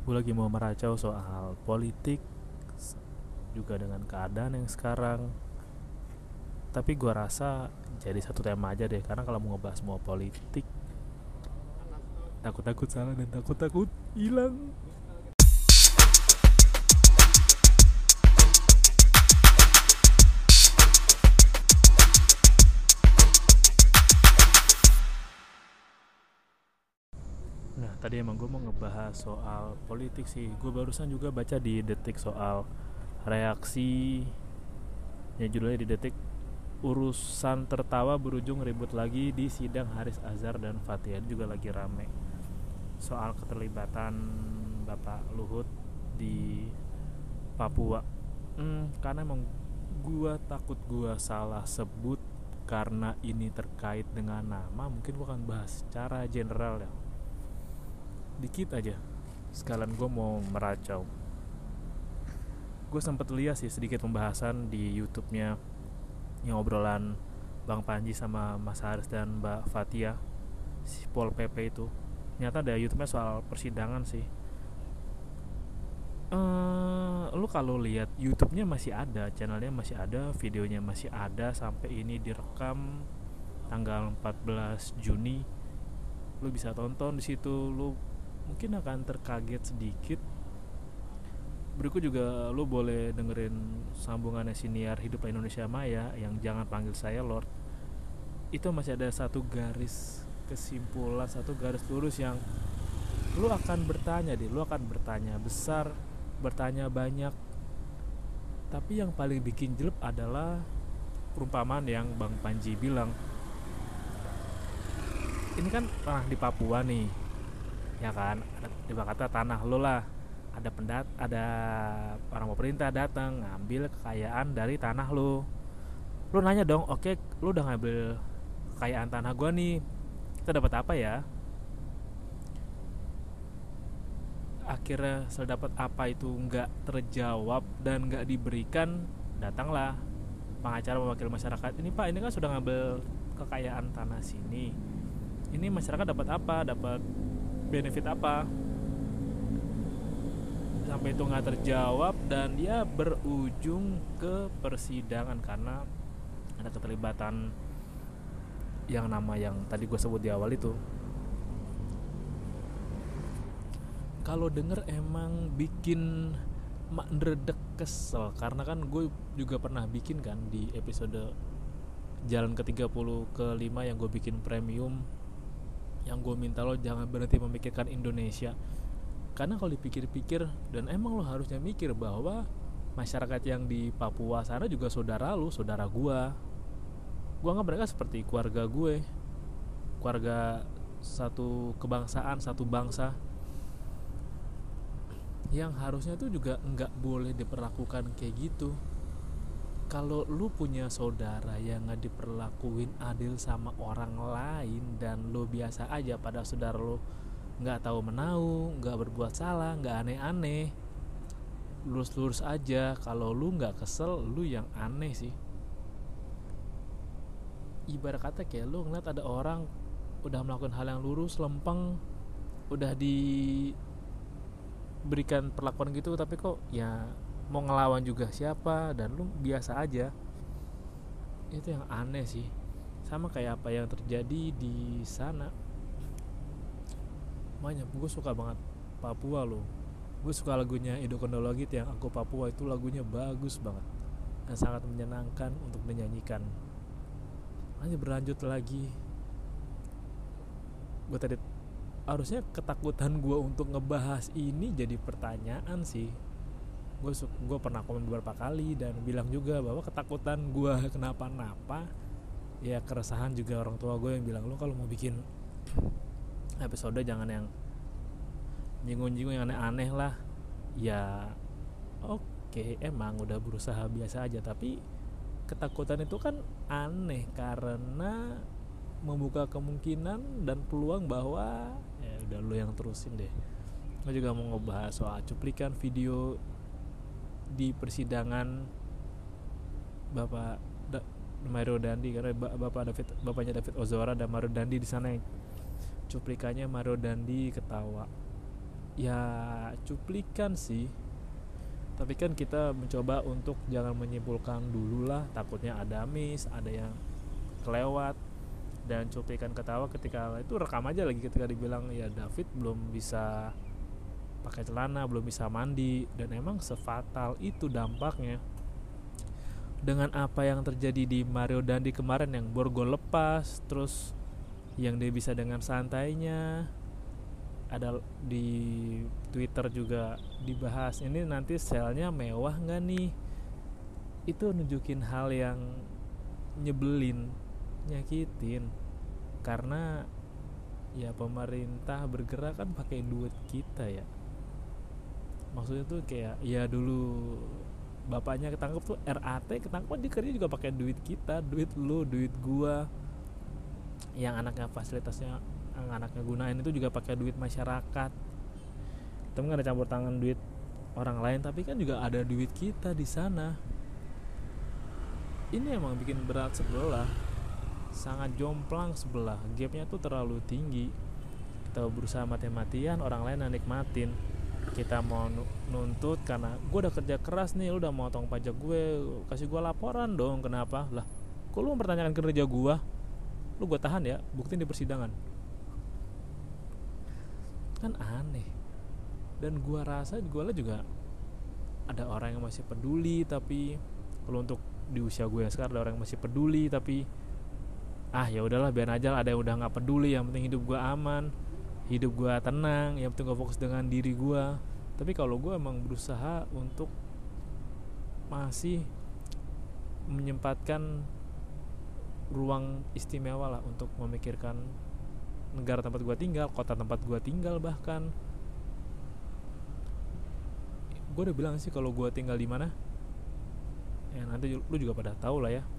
Gue lagi mau meracau soal politik, juga dengan keadaan yang sekarang. Tapi gue rasa jadi satu tema aja deh, karena kalau mau ngebahas semua politik, takut-takut salah dan takut-takut hilang. Nah, tadi emang gue mau ngebahas soal politik sih. Gue barusan juga baca di Detik soal reaksi, ya judulnya di Detik, urusan tertawa berujung ribut lagi di sidang Haris Azhar dan Fathia. Juga lagi rame soal keterlibatan Bapak Luhut di Papua. Karena emang gua takut gua salah sebut, karena ini terkait dengan nama. Mungkin gua akan bahas secara general ya, dikit aja. Sekalian gua mau meracau. Gue sempet lihat sih sedikit pembahasan di YouTube-nya yang obrolan Bang Panji sama Mas Haris dan Mbak Fatia, si Pol PP itu. Ternyata ada YouTube-nya soal persidangan sih. Lu kalau lihat YouTube-nya masih ada, channelnya masih ada, videonya masih ada sampai ini direkam tanggal 14 Juni. Lu bisa tonton di situ, lu mungkin akan terkaget sedikit. Berikut juga lu boleh dengerin sambungannya siniar Hidup Indonesia Maya yang Jangan Panggil Saya Lord. Itu masih ada satu garis kesimpulan, satu garis lurus yang lu akan bertanya deh, lu akan bertanya besar, bertanya banyak. Tapi yang paling bikin jelek adalah perumpamaan yang Bang Panji bilang. Ini kan tanah di Papua nih, ya kan? Di kata tanah lo lah. Ada orang pemerintah datang ngambil kekayaan dari tanah lo. Lo nanya dong, oke, lo udah ngambil kekayaan tanah gua nih, kita dapat apa ya? Akhirnya setelah dapat apa itu nggak terjawab dan nggak diberikan, datanglah pengacara mewakili masyarakat. Ini Pak, ini kan sudah ngambil kekayaan tanah sini, ini masyarakat dapat apa, dapat benefit apa? Sampai itu nggak terjawab dan dia berujung ke persidangan karena ada keterlibatan yang nama yang tadi gue sebut di awal itu. Kalau denger emang bikin mak ndredek, kesel, karena kan gue juga pernah bikin kan di episode jalan ke 30 ke 5 yang gue bikin premium, yang gue minta lo jangan berhenti memikirkan Indonesia. Karena kalau dipikir-pikir, dan emang lo harusnya mikir bahwa masyarakat yang di Papua sana juga saudara lo, saudara gue anggap mereka seperti keluarga gue, keluarga satu kebangsaan, satu bangsa, yang harusnya tuh juga nggak boleh diperlakukan kayak gitu. Kalau lu punya saudara yang nggak diperlakuin adil sama orang lain dan lu biasa aja pada saudara lu nggak tahu menau, nggak berbuat salah, nggak aneh-aneh, lurus-lurus aja. Kalau lu nggak kesel, lu yang aneh sih. Ibarat kata kayak lu ngeliat ada orang udah melakukan hal yang lurus, lempeng, udah diberikan perlakuan gitu, tapi kok ya mau ngelawan juga siapa, dan lu biasa aja. Itu yang aneh sih. Sama kayak apa yang terjadi di sana. Makanya gue suka banget Papua loh. Gue suka lagunya Edo Kondologit yang Aku Papua, itu lagunya bagus banget dan sangat menyenangkan untuk dinyanyikan. Hanya berlanjut lagi, gue tadi harusnya ketakutan gue untuk ngebahas ini jadi pertanyaan sih. Gue pernah komen beberapa kali dan bilang juga bahwa ketakutan gue kenapa-napa, ya keresahan juga orang tua gue yang bilang, lo kalau mau bikin episode jangan yang nyinggung-nyinggung yang aneh-aneh lah. Ya oke, emang udah berusaha biasa aja, tapi ketakutan itu kan aneh karena membuka kemungkinan dan peluang bahwa ya udah lo yang terusin deh. Gue juga mau ngebahas soal cuplikan video di persidangan Bapak Mario Dandi, karena bapaknya David Ozora dan Mario Dandi di sana, yang cuplikannya Mario Dandi ketawa. ya cuplikan sih, tapi kan kita mencoba untuk jangan menyimpulkan dulu lah, takutnya ada miss, ada yang kelewat. Dan cuplikan ketawa ketika itu rekam aja lagi ketika dibilang ya David belum bisa pakai celana, belum bisa mandi, dan emang sefatal itu dampaknya dengan apa yang terjadi di Mario Dandi kemarin yang borgol lepas, terus yang dia bisa dengan santainya. Ada di Twitter juga dibahas ini nanti selnya mewah nggak nih, itu nunjukin hal yang nyebelin, nyakitin, karena ya pemerintah bergerak kan pakai duit kita ya. Maksudnya tuh kayak ya dulu bapaknya ketangkep tuh RAT ketangkep, dia kerja juga pakai duit kita, duit lu, duit gua, yang anaknya fasilitasnya yang anaknya gunain itu juga pakai duit masyarakat. Kita nggak ada campur tangan duit orang lain, tapi kan juga ada duit kita di sana. Ini emang bikin berat sebelah, sangat jomplang sebelah, gapnya tuh terlalu tinggi. Kita berusaha mati-matian, orang lain yang nikmatin. Kita mau nuntut karena gue udah kerja keras nih, lu udah motong pajak gue, kasih gue laporan dong. Kenapa lah, kok lu mempertanyakan kerja gue? Lu gue tahan ya, buktiin di persidangan. Kan aneh. Dan gue rasa gue juga ada orang yang masih peduli, tapi kalau untuk di usia gue yang sekarang ada orang yang masih peduli, tapi ya udahlah biar aja, ada yang udah nggak peduli, yang penting hidup gue aman, hidup gue tenang, yang penting gue fokus dengan diri gue. Tapi kalau gue emang berusaha untuk masih menyempatkan ruang istimewa lah untuk memikirkan negara tempat gue tinggal, kota tempat gue tinggal. Bahkan gue udah bilang sih kalau gue tinggal di mana, ya nanti lu juga pada tahu lah ya.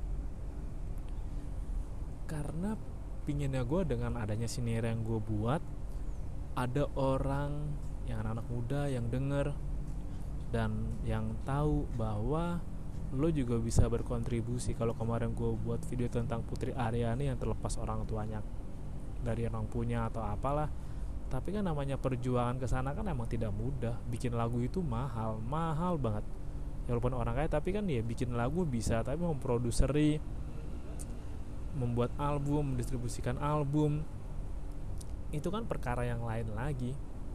Karena pinginnya gue dengan adanya siniar yang gue buat, ada orang yang anak-anak muda yang denger dan yang tahu bahwa lo juga bisa berkontribusi. Kalau kemarin gue buat video tentang Putri Aryani yang terlepas orang tuanya dari orang punya atau apalah, tapi kan namanya perjuangan kesana kan emang tidak mudah. Bikin lagu itu mahal banget ya, walaupun orang kaya, tapi kan ya bikin lagu bisa, tapi memproduseri, membuat album, mendistribusikan album, itu kan perkara yang lain lagi.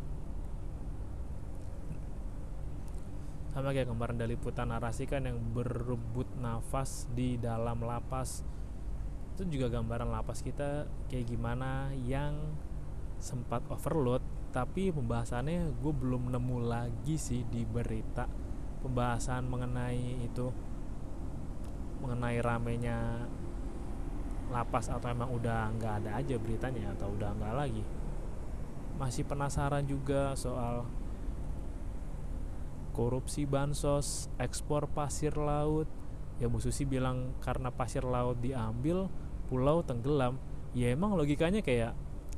Sama kayak kemarin dari liputan narasi kan yang berebut nafas di dalam lapas, itu juga gambaran lapas kita kayak gimana yang sempat overload. Tapi pembahasannya gue belum nemu lagi sih di berita pembahasan mengenai itu, mengenai ramenya lapas, atau emang udah nggak ada aja beritanya, atau udah nggak lagi. Masih penasaran juga soal korupsi bansos, ekspor pasir laut. Ya Bu Susi bilang karena pasir laut diambil, pulau tenggelam. Ya emang logikanya kayak,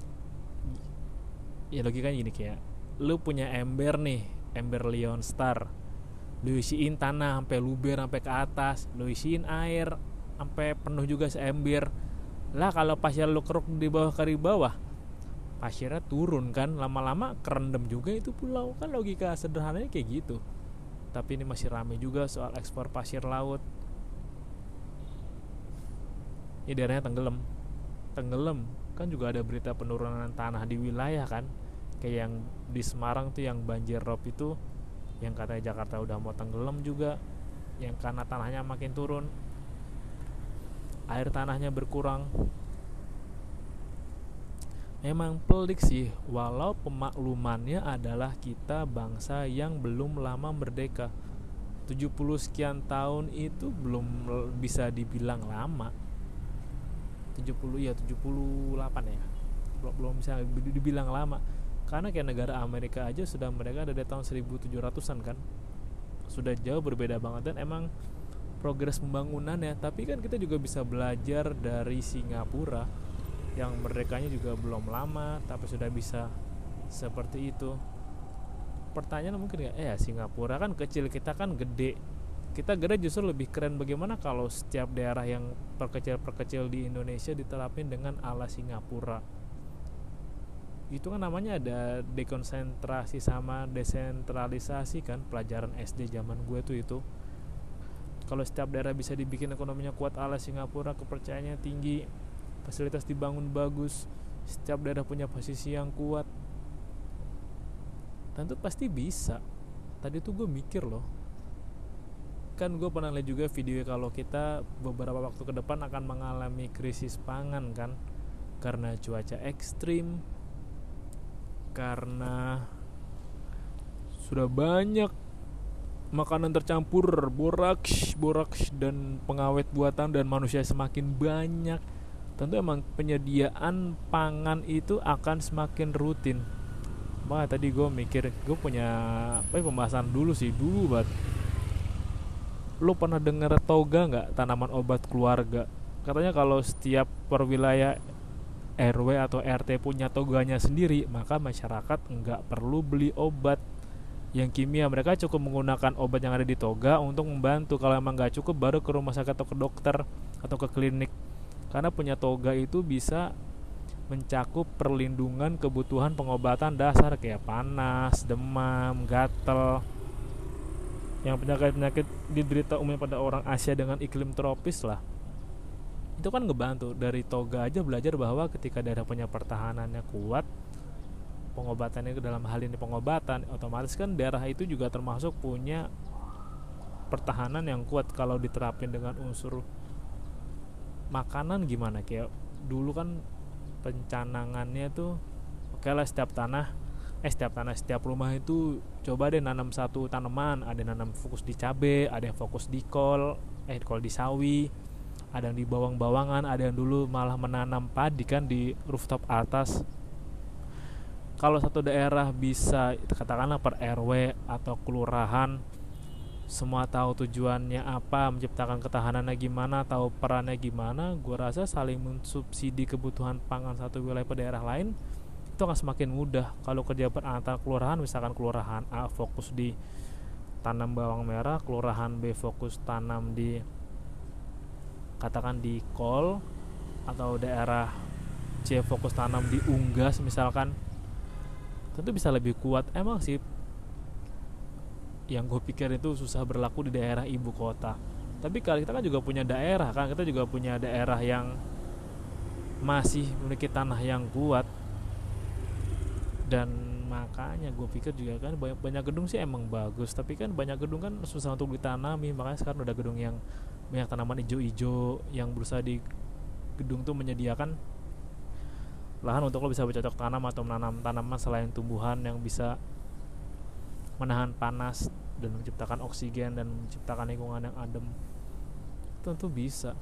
ya logikanya gini, kayak lu punya ember nih, ember Lion Star, lu isiin tanah sampai luber sampai ke atas, lu isiin air sampai penuh juga seember lah. Kalau pasir lu keruk di bawah, pasirnya turun kan, lama-lama kerendam juga itu pulau. Kan logika sederhananya kayak gitu. Tapi ini masih rame juga soal ekspor pasir laut. Ini daerahnya tenggelam kan, juga ada berita penurunan tanah di wilayah kan, kayak yang di Semarang tuh yang banjir rob itu, yang katanya Jakarta udah mau tenggelam juga, yang karena tanahnya makin turun, air tanahnya berkurang. Memang pelik sih, walau pemaklumannya adalah kita bangsa yang belum lama merdeka. 70 sekian tahun itu belum bisa dibilang lama. 78 ya, belum bisa dibilang lama. Karena kayak negara Amerika aja sudah mereka dari tahun 1700-an kan, sudah jauh berbeda banget. Dan emang progres pembangunannya, tapi kan kita juga bisa belajar dari Singapura yang merdekanya juga belum lama tapi sudah bisa seperti itu. Pertanyaan mungkin ya, Singapura kan kecil, kita kan gede. Kita gede justru lebih keren. Bagaimana kalau setiap daerah yang perkecil di Indonesia diterapin dengan ala Singapura? itu kan namanya ada dekonsentrasi sama desentralisasi kan, pelajaran SD zaman gue tuh itu. Kalau setiap daerah bisa dibikin ekonominya kuat ala Singapura, kepercayaannya tinggi, fasilitas dibangun bagus, setiap daerah punya posisi yang kuat, tentu pasti bisa. Tadi tuh gue mikir loh, kan gue pernah lihat juga video kalau kita beberapa waktu ke depan akan mengalami krisis pangan kan, karena cuaca ekstrim, karena sudah banyak makanan tercampur, boraks dan pengawet buatan, dan manusia semakin banyak. Tentu emang penyediaan pangan itu akan semakin rutin. Makanya tadi gue mikir, gue punya pembahasan dulu banget. Lo pernah dengar toga nggak, tanaman obat keluarga? Katanya kalau setiap perwilayah RW atau RT punya toganya sendiri, maka masyarakat nggak perlu beli obat yang kimia. Mereka cukup menggunakan obat yang ada di toga untuk membantu. Kalau emang nggak cukup, baru ke rumah sakit atau ke dokter atau ke klinik. Karena punya toga itu bisa mencakup perlindungan kebutuhan pengobatan dasar kayak panas, demam, gatel, yang penyakit-penyakit diderita umumnya pada orang Asia dengan iklim tropis lah. Itu kan ngebantu. Dari toga aja belajar bahwa ketika daerah punya pertahanannya kuat, pengobatannya dalam hal ini pengobatan, otomatis kan daerah itu juga termasuk punya pertahanan yang kuat. Kalau diterapin dengan unsur makanan gimana, kayak dulu kan pencanangannya tuh oke lah, setiap rumah itu coba deh nanam satu tanaman. Ada yang nanam fokus di cabe, ada yang fokus di kol di sawi, ada yang di bawang-bawangan, ada yang dulu malah menanam padi kan di rooftop atas. Kalau satu daerah bisa, katakanlah per RW atau kelurahan, semua tahu tujuannya apa, menciptakan ketahanannya gimana, tahu perannya gimana, gue rasa saling mensubsidi kebutuhan pangan satu wilayah ke daerah lain itu akan semakin mudah. Kalau kerja antar kelurahan, misalkan kelurahan A fokus di tanam bawang merah, kelurahan B fokus tanam di katakan di kol, atau daerah C fokus tanam di unggas misalkan, tentu bisa lebih kuat. Emang sih yang gue pikir itu susah berlaku di daerah ibu kota, tapi kalau kita kan juga punya daerah kan, kita juga punya daerah yang masih memiliki tanah yang kuat. Dan makanya gue pikir juga kan banyak gedung sih emang bagus, tapi kan banyak gedung kan susah untuk ditanami. Makanya sekarang udah gedung yang banyak tanaman hijau-hijau, yang berusaha di gedung tuh menyediakan lahan untuk lo bisa bercocok tanam atau menanam tanaman selain tumbuhan yang bisa menahan panas dan menciptakan oksigen dan menciptakan lingkungan yang adem. Tentu bisa.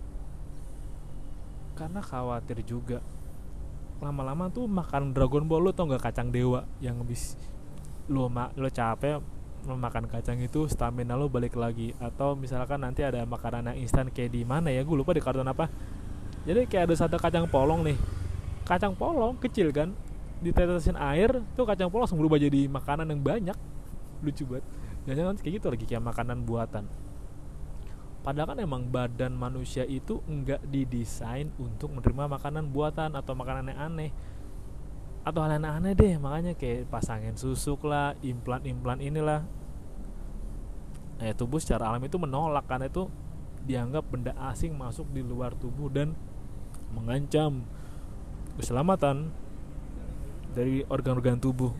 Karena khawatir juga lama-lama tuh makan Dragon Ball, lo tau gak kacang dewa yang habis lo capek lo makan kacang itu, stamina lo balik lagi. Atau misalkan nanti ada makanan yang instan kayak di mana ya, gue lupa di kartun apa. Jadi kayak ada satu kacang polong nih, kacang polong kecil kan, ditetesin air tuh kacang polong langsung berubah jadi makanan yang banyak. Lucu banget. Jangan kayak gitu lagi, kayak makanan buatan. Padahal kan emang badan manusia itu enggak didesain untuk menerima makanan buatan atau makanan yang aneh, atau hal yang aneh deh. Makanya kayak pasangin susuk lah, implan inilah, tubuh secara alami itu menolak karena itu dianggap benda asing masuk di luar tubuh dan mengancam keselamatan dari organ-organ tubuh.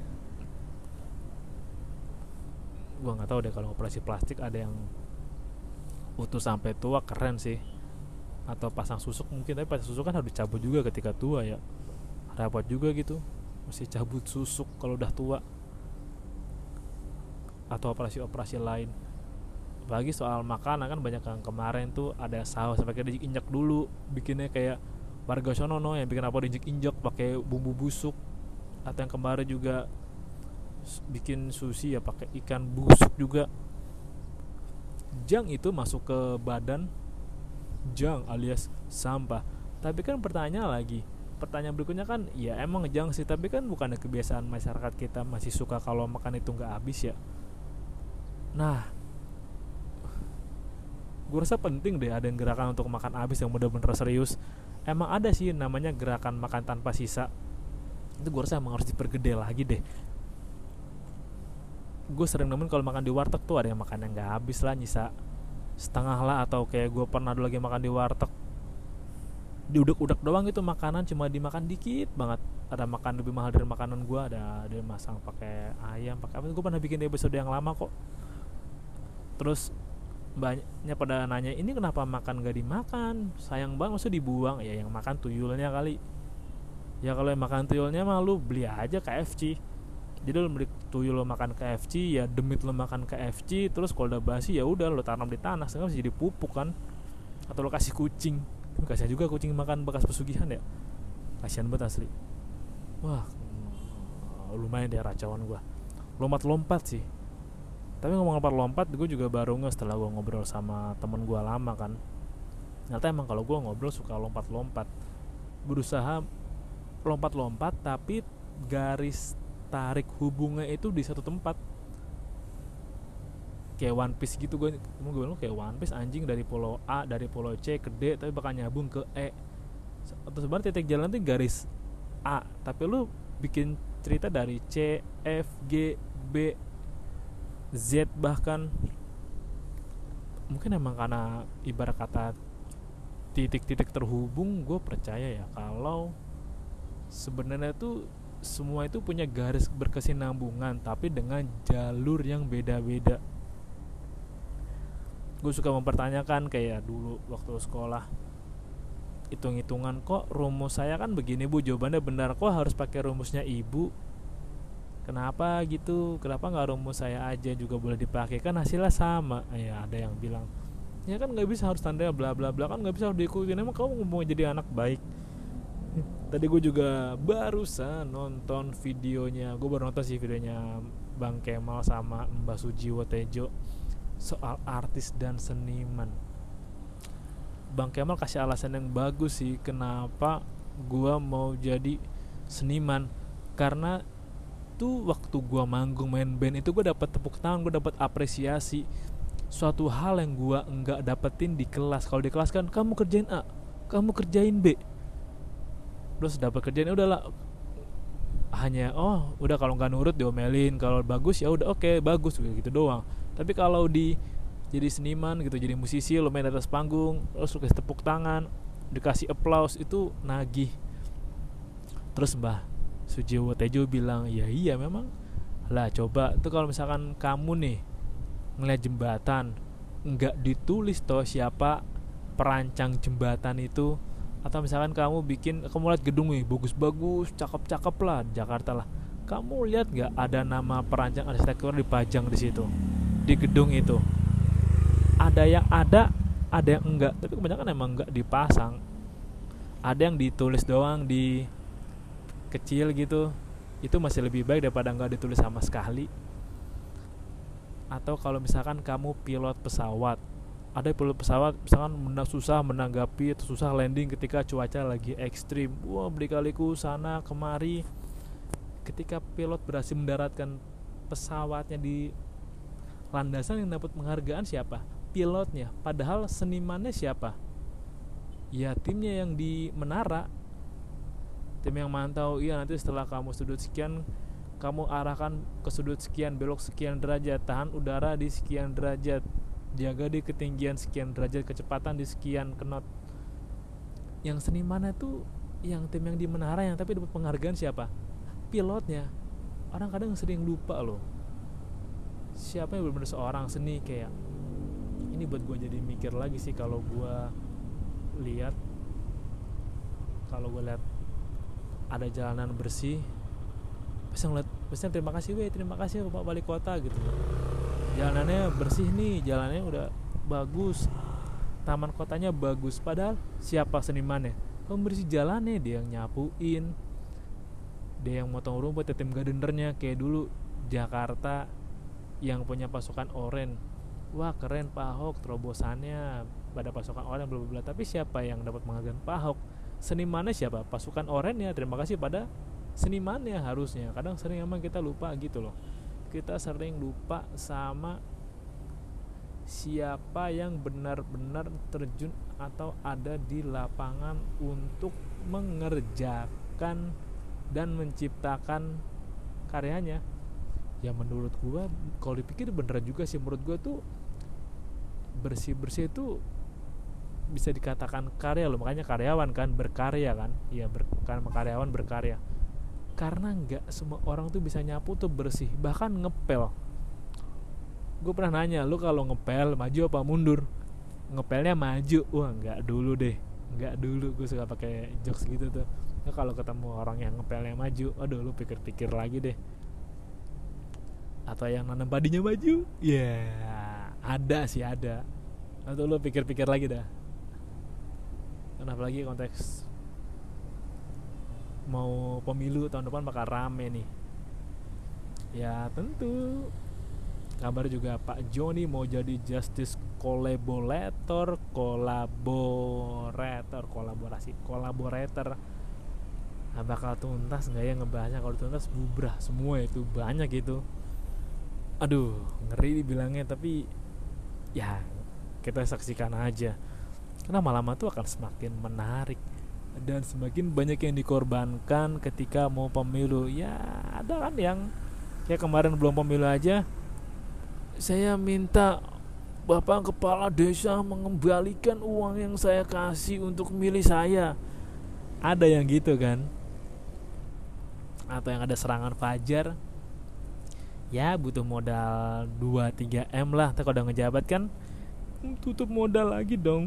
Gua nggak tahu deh kalau operasi plastik ada yang utuh sampai tua, keren sih. Atau pasang susuk mungkin, tapi pasang susuk kan harus dicabut juga ketika tua ya, repot juga gitu, mesti cabut susuk kalau udah tua. Atau operasi-operasi lain. Apalagi soal makanan kan banyak yang kemarin tuh ada saus sampai kayak diinjak dulu, bikinnya kayak warga sono yang bikin apa diinjek-injek pakai bumbu busuk. Atau yang kemarin juga bikin sushi ya pakai ikan busuk juga. Jang itu masuk ke badan, jang alias sampah. Tapi kan pertanyaan berikutnya kan, ya emang jang sih, tapi kan bukannya kebiasaan masyarakat kita masih suka kalau makan itu nggak habis ya. Nah, gue rasa penting deh ada yang gerakan untuk makan habis yang bener-bener serius. Emang ada sih namanya gerakan makan tanpa sisa. Itu gue rasa emang harus dipergede lagi deh. Gue sering nemuin kalau makan di warteg tuh ada yang makan yang nggak habis lah, nyisa setengah lah, atau kayak gue pernah dulu lagi makan di warteg diudek-udek doang gitu, makanan cuma dimakan dikit banget. Ada makan lebih mahal dari makanan gue, ada dia masang pakai ayam pakai apa. Gue pernah bikin di episode yang lama kok. Terus banyak pada nanya, ini kenapa makan gak dimakan, sayang banget, maksudnya dibuang. Ya yang makan tuyulnya kali. Ya kalau yang makan tuyulnya mah lu beli aja KFC. Jadi lo beli tuyul lo makan KFC, ya demit lo makan KFC, terus kalau udah basi ya udah lo tanam di tanah, sehingga bisa jadi pupuk kan. Atau lo kasih kucing. Kasihan juga kucing makan bekas pesugihan ya. Kasihan banget asli. Wah, lumayan deh racauan gue. Lompat-lompat sih. Tapi ngomong lompat-lompat, gue juga baru nge setelah gue ngobrol sama temen gue lama kan. Ternyata emang kalau gue ngobrol suka lompat-lompat. Berusaha lompat-lompat tapi garis tarik hubungnya itu di satu tempat. Kayak One Piece gitu, gue bilang kayak One Piece anjing, dari pulau A, dari pulau C ke D, tapi bakal nyambung ke E. Atau sebenarnya titik jalan itu garis A, tapi lu bikin cerita dari C, F, G, B, Z bahkan. Mungkin emang karena ibarat kata titik-titik terhubung, gue percaya ya kalau sebenarnya tuh semua itu punya garis berkesinambungan tapi dengan jalur yang beda-beda. Gue suka mempertanyakan kayak dulu waktu sekolah, hitung-hitungan kok rumus saya kan begini bu, jawabannya benar, kok harus pakai rumusnya ibu, kenapa gitu, kenapa nggak rumus saya aja juga boleh dipakai, kan hasilnya sama. Ya ada yang bilang ya kan nggak bisa, harus tanda bla bla bla, kan nggak bisa, harus diikutin, emang kamu mau jadi anak baik. Tadi gue juga barusan nonton videonya, gue baru nonton sih videonya Bang Kemal sama Mbak Sujiwo Tejo soal artis dan seniman. Bang Kemal kasih alasan yang bagus sih kenapa gue mau jadi seniman. Karena tuh waktu gue manggung main band itu gue dapat tepuk tangan, gue dapat apresiasi. Suatu hal yang gue enggak dapetin di kelas. Kalau di kelas kan kamu kerjain A, kamu kerjain B, terus dapat kerjaan udahlah, hanya udah kalau nggak nurut diomelin, kalau bagus ya udah oke, bagus gitu doang. Tapi kalau jadi seniman gitu, jadi musisi, lo main di atas panggung, terus lo kasih tepuk tangan, dikasih applause, itu nagih. Terus Mbah Sujiwo Tejo bilang ya iya memang lah, coba tuh kalau misalkan kamu nih ngeliat jembatan, nggak ditulis toh siapa perancang jembatan itu. Atau misalkan kamu lihat gedung nih bagus-bagus, cakep-cakep lah Jakarta lah, kamu lihat nggak ada nama perancang arsitektur dipajang di situ, di gedung itu? Ada yang ada yang enggak, tapi kebanyakan emang enggak dipasang. Ada yang ditulis doang di kecil gitu, itu masih lebih baik daripada enggak ditulis sama sekali. Atau kalau misalkan kamu pilot pesawat, ada pilot pesawat misalkan susah menanggapi atau susah landing ketika cuaca lagi ekstrim, wah berkali-kali sana kemari. Ketika pilot berhasil mendaratkan pesawatnya di landasan, yang dapat penghargaan siapa? Pilotnya. Padahal senimannya siapa? Ya timnya yang di menara, tim yang mantau. Iya nanti setelah kamu sudut sekian, kamu arahkan ke sudut sekian, belok sekian derajat, tahan udara di sekian derajat, jaga di ketinggian sekian derajat, kecepatan di sekian knot. Yang senimannya tuh yang tim yang di menara, yang tapi dapat penghargaan siapa? Pilotnya. Orang kadang sering lupa loh siapa yang benar-benar seorang seni. Kayak ini buat gue jadi mikir lagi sih, kalau gue lihat ada jalanan bersih, pasti terima kasih Pak Wali Kota gitu. Jalanannya bersih nih, jalannya udah bagus, taman kotanya bagus, padahal siapa senimannya? Pembersih jalannya, dia yang nyapuin, dia yang motong rumput, ya tim gardenernya. Kayak dulu Jakarta yang punya pasukan oranye, wah keren Pak Ahok terobosannya pada pasukan oranye bla bla. Tapi siapa yang dapat penghargaan? Pak Ahok. Senimannya siapa? Pasukan oranye, ya terima kasih pada senimannya harusnya. Kadang sering emang kita lupa gitu loh, kita sering lupa sama siapa yang benar-benar terjun atau ada di lapangan untuk mengerjakan dan menciptakan karyanya. Ya menurut gue kalau dipikir bener juga sih, menurut gue tuh bersih-bersih itu bisa dikatakan karya loh, makanya karyawan kan berkarya kan, ya kan karyawan berkarya, karena nggak semua orang tuh bisa nyapu tuh bersih, bahkan ngepel. Gue pernah nanya, lu kalau ngepel maju apa mundur? Ngepelnya maju. Wah nggak dulu deh, nggak dulu. Gue suka pakai jokes gitu tuh. Ya kalau ketemu orang yang ngepelnya maju, aduh lu pikir-pikir lagi deh. Atau yang nanam padinya maju, ya ada sih ada. Atau lu pikir-pikir lagi dah. Kenapa lagi konteks mau pemilu tahun depan bakal rame nih. Ya tentu kabar juga Pak Joni mau jadi justice collaborator, kolaborator. Nah, bakal tuntas nggak ya ngebahasnya? Kalau tuntas bubrah semua itu, banyak itu. Aduh ngeri dibilangnya, tapi ya kita saksikan aja, karena lama-lama tuh akan semakin menarik dan semakin banyak yang dikorbankan ketika mau pemilu. Ya ada kan yang kayak kemarin belum pemilu aja, saya minta Bapak Kepala Desa mengembalikan uang yang saya kasih untuk milih saya. Ada yang gitu kan. Atau yang ada serangan fajar, ya butuh modal 2-3 M lah. Tapi kalau udah ngejabat kan tutup modal lagi dong,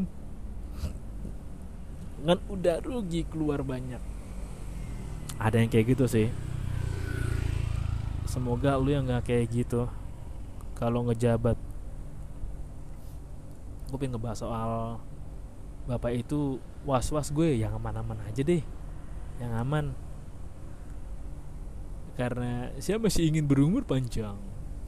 kan udah rugi keluar banyak. Ada yang kayak gitu sih. Semoga lu yang gak kayak gitu kalau ngejabat. Gue pengen ngebahas soal bapak itu, was-was gue yang aman-aman aja deh, yang aman. Karena saya masih ingin berumur panjang.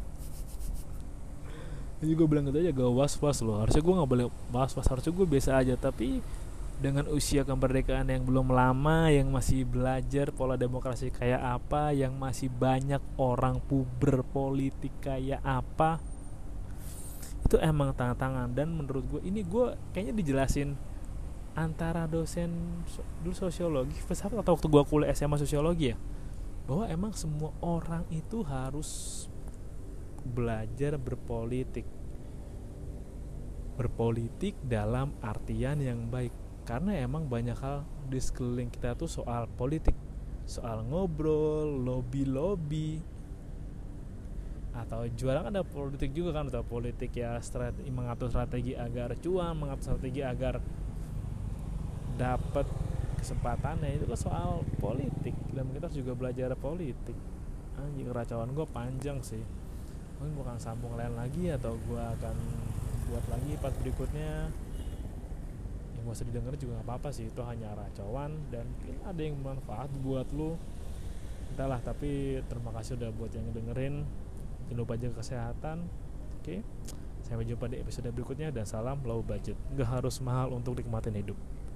Jadi gue bilang gitu aja, gak was-was loh. Harusnya gue gak boleh was-was, harusnya gue biasa aja. Tapi dengan usia kemerdekaan yang belum lama, yang masih belajar pola demokrasi kayak apa, yang masih banyak orang puber politik kayak apa, itu emang tantangan. Dan menurut gue ini, gue kayaknya dijelasin antara dosen dulu sosiologi filsafat atau waktu gue kuliah SMA sosiologi ya, bahwa emang semua orang itu harus belajar berpolitik dalam artian yang baik. Karena emang banyak hal di sekeliling kita tuh soal politik, soal ngobrol, lobby, atau jualan. Ada politik juga kan, atau politik ya mengatur strategi agar cuan, mengatur strategi agar dapat kesempatannya. Itu kan soal politik, dan kita juga belajar politik. Anjing, keracuan gue panjang sih. Mungkin gue akan sambung lain lagi, atau gue akan buat lagi part berikutnya. Yang gak usah didengar juga gak apa-apa sih, itu hanya racauan dan mungkin ada yang bermanfaat buat lu, entahlah. Tapi terima kasih udah buat yang dengerin. Jangan lupa jaga kesehatan. Oke, sampai jumpa di episode berikutnya, dan salam low budget. Gak harus mahal untuk nikmatin hidup.